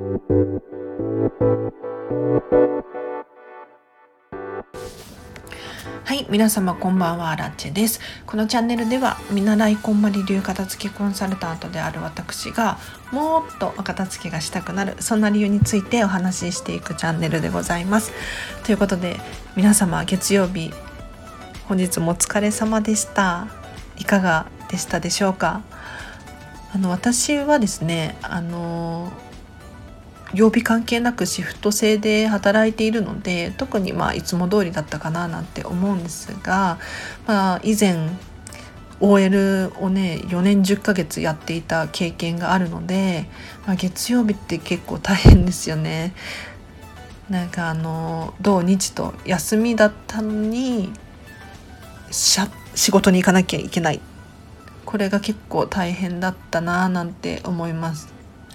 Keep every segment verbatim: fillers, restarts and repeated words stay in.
はい、皆様こんばんは、ラッチェです。このチャンネルでは見習いこんまり流片付けコンサルタントである私がもっとお片付けがしたくなる、そんな理由についてお話ししていくチャンネルでございます。ということで、皆様月曜日本日もお疲れ様でした。いかがでしたでしょうか。あの私はですね、あの曜日関係なくシフト制で働いているので、特にまあいつも通りだったかななんて思うんですが、まあ、以前 オーエル をねよねんじゅっかげつやっていた経験があるので、まあ、月曜日って結構大変ですよね。なんかあの土日と休みだったのにしゃ仕事に行かなきゃいけない、これが結構大変だったななんて思います。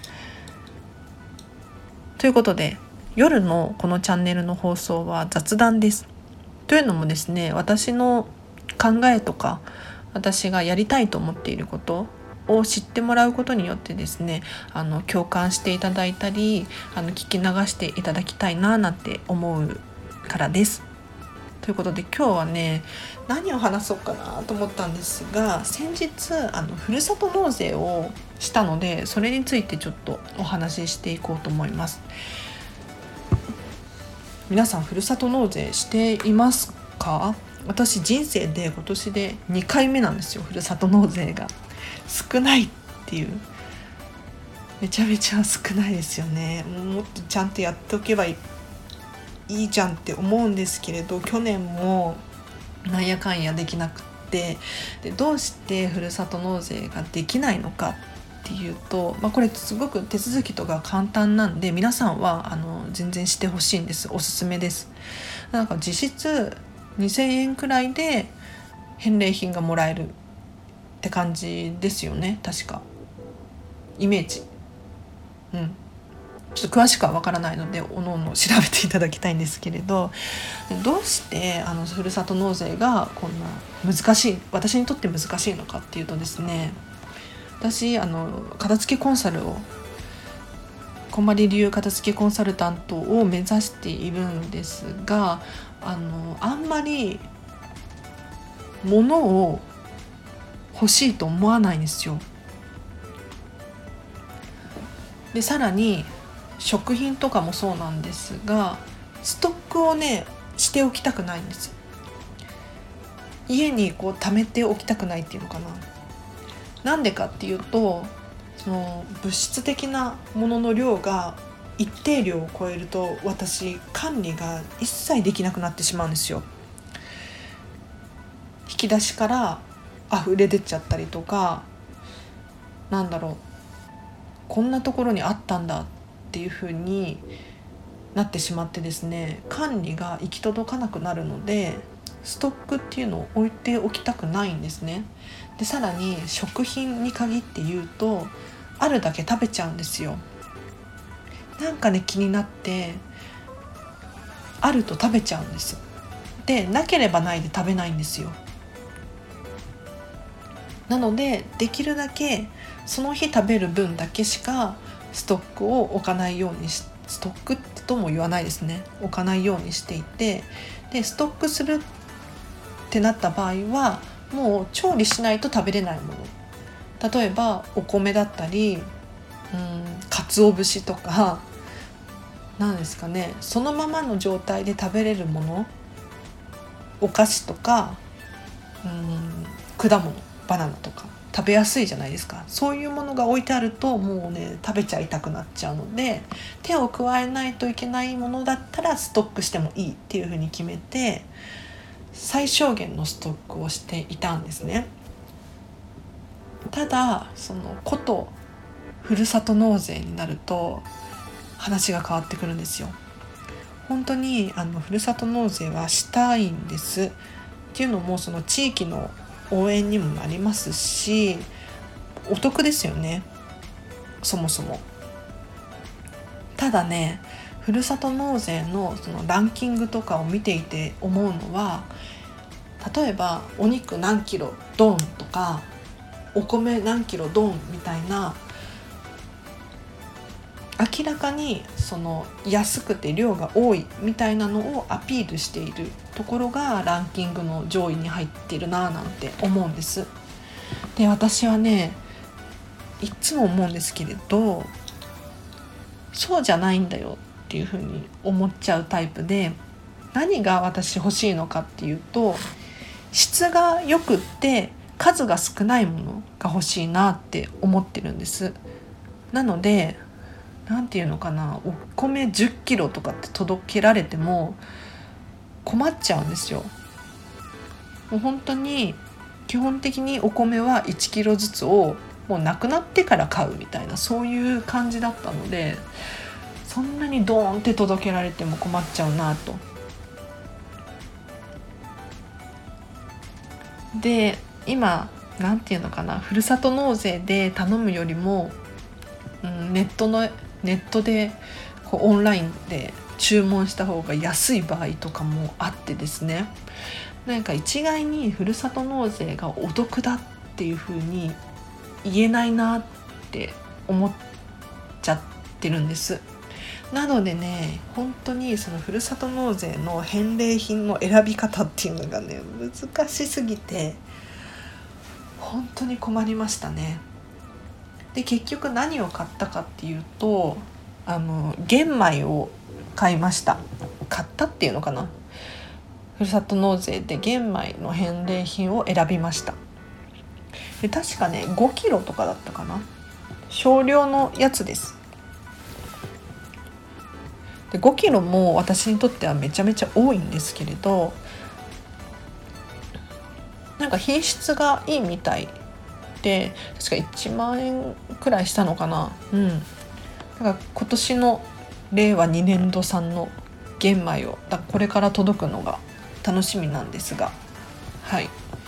ということで、夜のこのチャンネルの放送は雑談です。というのもですね、私の考えとか私がやりたいと思っていることを知ってもらうことによってですね、あの共感していただいたり、あの聞き流していただきたいななんて思うからです。ということで、今日はね、何を話そうかなと思ったんですが、先日あのふるさと納税をしたので、それについてちょっとお話ししていこうと思います。皆さんふるさと納税していますか？私人生で今年でにかいめなんですよ、ふるさと納税が少ないっていう。めちゃめちゃ少ないですよね。もっとちゃんとやっておけばいいいいじゃんって思うんですけれど、去年もなんやかんやできなくって、でどうしてふるさと納税ができないのかっていうと、まあ、これすごく手続きとか簡単なんで、皆さんはあの全然してほしいんです。おすすめです。なんか実質にせんえんくらいで返礼品がもらえるって感じですよね、確かイメージ。うんちょっと詳しくはわからないので、おのおの調べていただきたいんですけれど、どうしてあのふるさと納税がこんな難しい、私にとって難しいのかっていうとですね、私あの片付けコンサルをこんまり流片付けコンサルタントを目指しているんですが、あのあんまり物を欲しいと思わないんですよ。でさらに食品とかもそうなんですが、ストックをねしておきたくないんです。家にこう貯めておきたくないっていうのかな。なんでかっていうと、その物質的なものの量が一定量を超えると、私管理が一切できなくなってしまうんですよ。引き出しから溢れ出ちゃったりとか、なんだろう、こんなところにあったんだっていう風になってしまってですね、管理が行き届かなくなるので、ストックっていうのを置いておきたくないんですね。でさらに食品に限って言うと、あるだけ食べちゃうんですよ。なんかね気になって、あると食べちゃうんです。でなければないで食べないんですよ。なのでできるだけその日食べる分だけしかストックを置かないようにしストックとも言わないですね、置かないようにしていて、でストックするってなった場合はもう調理しないと食べれないもの、例えばお米だったり、うん、鰹節とか、なんですかね、そのままの状態で食べれるもの、お菓子とか、うん、果物、バナナとか食べやすいじゃないですか。そういうものが置いてあるともうね食べちゃいたくなっちゃうので、手を加えないといけないものだったらストックしてもいいっていうふうに決めて、最小限のストックをしていたんですね。ただそのことふるさと納税になると話が変わってくるんですよ。本当にあのふるさと納税はしたいんです。っていうのも、その地域の応援にもなりますし、お得ですよね、そもそも。ただね、ふるさと納税のそのランキングとかを見ていて思うのは、例えばお肉何キロドンとか、お米何キロドンみたいな明らかにその安くて量が多いみたいなのをアピールしているところがランキングの上位に入ってるななんて思うんです。で、私はねいつも思うんですけれど、そうじゃないんだよっていうふうに思っちゃうタイプで、何が私欲しいのかっていうと、質が良くって数が少ないものが欲しいなって思ってるんです。なのでなんていうのかな、お米じゅっキロとかって届けられても困っちゃうんですよ。もう本当に基本的にお米はいちキロずつをもうなくなってから買うみたいな、そういう感じだったので、そんなにドーンって届けられても困っちゃうなと。で、今なんていうのかな、ふるさと納税で頼むよりも、うん、ネットのネットでこうオンラインで注文した方が安い場合とかもあってですね、なんか一概にふるさと納税がお得だっていう風に言えないなって思っちゃってるんです。なのでね、本当にそのふるさと納税の返礼品の選び方っていうのがね難しすぎて本当に困りましたね。で、結局何を買ったかっていうと、あの玄米を買いました。買ったっていうのかな、ふるさと納税で玄米の返礼品を選びました。で、確かねごキロとかだったかな、少量のやつです。でごキロも私にとってはめちゃめちゃ多いんですけれど、なんか品質がいいみたいで、確かいちまんえんくらいしたのかな。うん。だから今年のれいわにねんど産の玄米をだこれから届くのが楽しみなんですが、はい。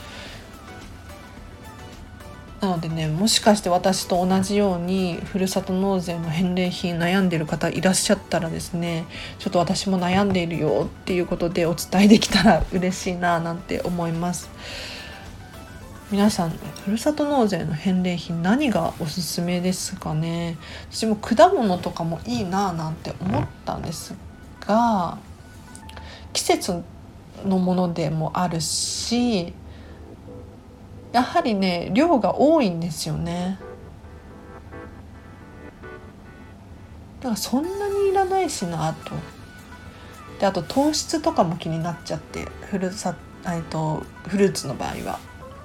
なのでね、もしかして私と同じようにふるさと納税の返礼品悩んでる方いらっしゃったらですね、ちょっと私も悩んでいるよっていうことでお伝えできたら嬉しいななんて思います。皆さんふるさと納税の返礼品何がおすすめですかね。私も果物とかもいいななんて思ったんですが、季節のものでもあるし、やはりね量が多いんですよね。だからそんなにいらないしなと。で、あと糖質とかも気になっちゃって、フルサえっとフルーツの場合は。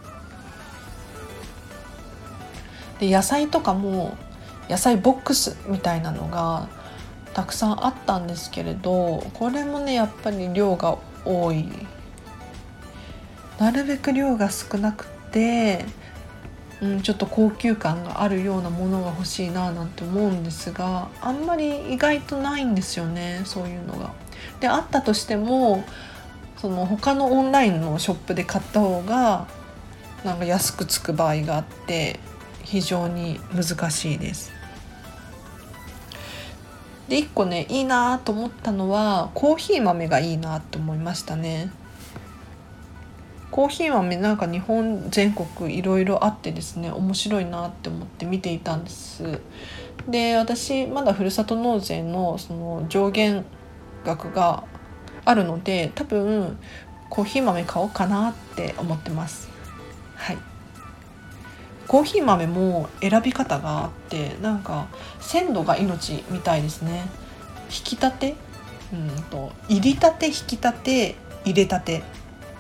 で、野菜とかも野菜ボックスみたいなのがたくさんあったんですけれど、これもねやっぱり量が多い。なるべく量が少なくて、うん、ちょっと高級感があるようなものが欲しいななんて思うんですが、あんまり意外とないんですよね、そういうのが。で、あったとしてもその他のオンラインのショップで買った方がなんか安くつく場合があって、非常に難しいです。で、いっこねいいなと思ったのはコーヒー豆がいいなと思いましたね。コーヒー豆なんか日本全国いろいろあってですね、面白いなって思って見ていたんです。で、私まだふるさと納税のその上限額があるので、多分コーヒー豆買おうかなって思ってます。はい。コーヒー豆も選び方があって、なんか鮮度が命みたいですね。引き立て、うんと入りたて、引き立て、入れたて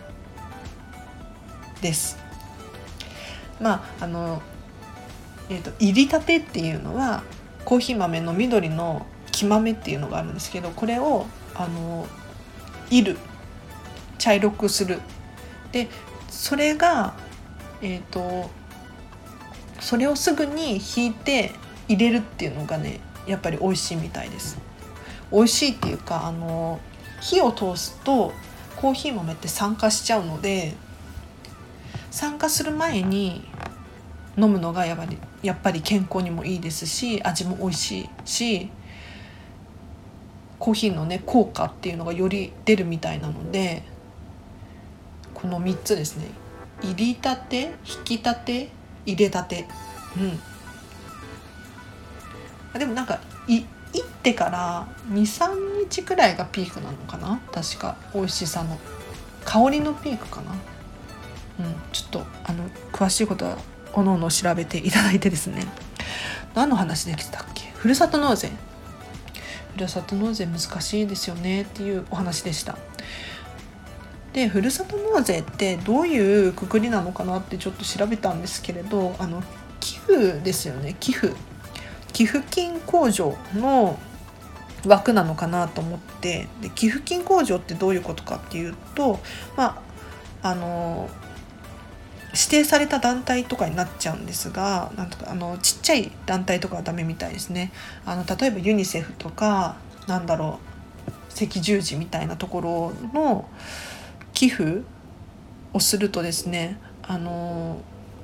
です。まああの、えーと、入りたてっていうのはコーヒー豆の緑の黄豆っていうのがあるんですけど、これをあのいる茶色くする。で、それがえっとそれをすぐに引いて入れるっていうのがねやっぱり美味しいみたいです。美味しいっていうか、あの火を通すとコーヒー豆って酸化しちゃうので、酸化する前に飲むのがやっぱり、やっぱり健康にもいいですし、味も美味しいし、コーヒーのね効果っていうのがより出るみたいなので、このみっつですね。入りたて、引きたて、入れたて。うん。でもなんかい行ってからにさんにちくらいがピークなのかな、確か美味しさの香りのピークかな。うん、ちょっとあの詳しいことはおのおの調べていただいてですね。何の話できてたっけ。ふるさと納税ふるさと納税難しいですよねっていうお話でした。でふるさと納税ってどういうくくりなのかなってちょっと調べたんですけれど、あの寄付ですよね。寄付寄付金控除の枠なのかなと思って、で寄付金控除ってどういうことかっていうと、まああの指定された団体とかになっちゃうんですが、なんとかあのちっちゃい団体とかはダメみたいですね。あの例えばユニセフとかなんだろう赤十字みたいなところの寄付をするとですね、あの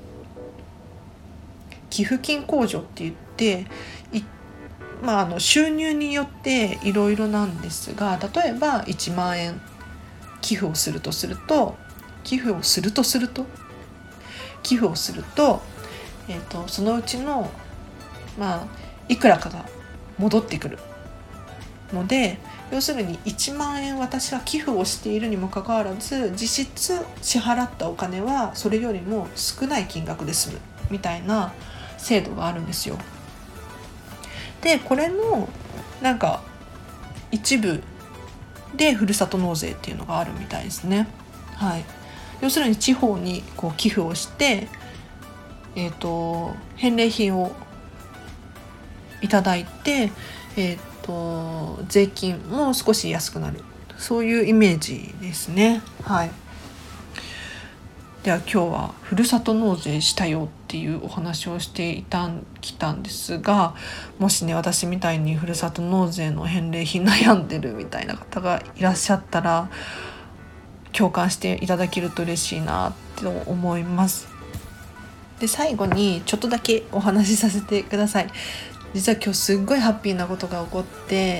寄付金控除って言ってまあ、あの収入によっていろいろなんですが、例えばいちまんえん寄付をするとすると寄付をするとすると寄付をすると、えーと、そのうちの、まあ、いくらかが戻ってくるので、要するにいちまんえん私は寄付をしているにもかかわらず実質支払ったお金はそれよりも少ない金額で済むみたいな制度があるんですよ。でこれのなんか一部でふるさと納税っていうのがあるみたいですね。はい、要するに地方にこう寄付をして、えーと、返礼品をいただいて、えーと、税金も少し安くなる、そういうイメージですね。はい。では今日はふるさと納税したよっていうお話をしていたんきたんですが、もしね私みたいにふるさと納税の返礼品悩んでるみたいな方がいらっしゃったら共感していただけると嬉しいなと思います。で最後にちょっとだけお話しさせてください。実は今日すっごいハッピーなことが起こって、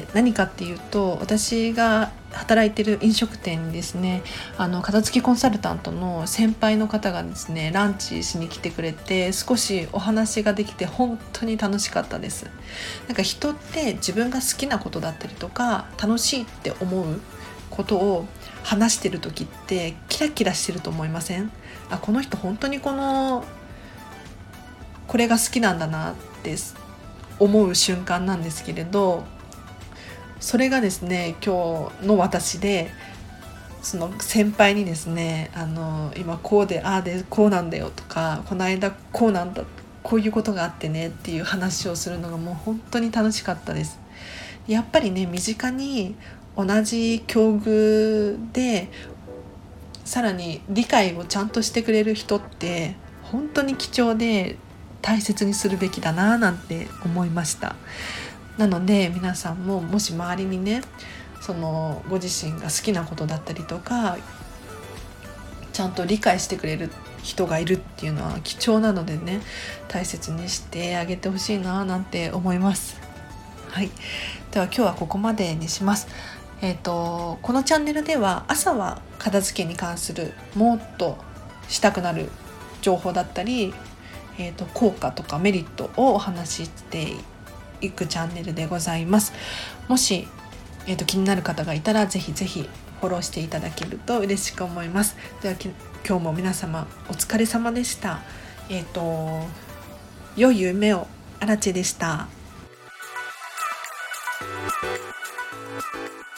何かっていうと、私が働いてる飲食店にですね、あの片付きコンサルタントの先輩の方がですねランチしに来てくれて、少しお話ができて本当に楽しかったです。なんか人って自分が好きなことだったりとか楽しいって思うことを話してる時ってキラキラしてると思いません？あ、この人本当にこのこれが好きなんだなって思う瞬間なんですけれど、それがですね今日の私で、その先輩にですね、あの今こうでああでこうなんだよとか、この間こうなんだこういうことがあってねっていう話をするのがもう本当に楽しかったです。やっぱりね身近に同じ境遇でさらに理解をちゃんとしてくれる人って本当に貴重で大切にするべきだななんて思いました。なので皆さんももし周りにねそのご自身が好きなことだったりとかちゃんと理解してくれる人がいるっていうのは貴重なのでね、大切にしてあげてほしいななんて思います。はい、では今日はここまでにします。えーと、このチャンネルでは朝は片付けに関するもっとしたくなる情報だったり、えーと、効果とかメリットをお話ししていくチャンネルでございます。もし、えーと、気になる方がいたらぜひぜひフォローしていただけると嬉しく思います。では今日も皆様お疲れ様でした。えーと、良い夢を。アラチェでした。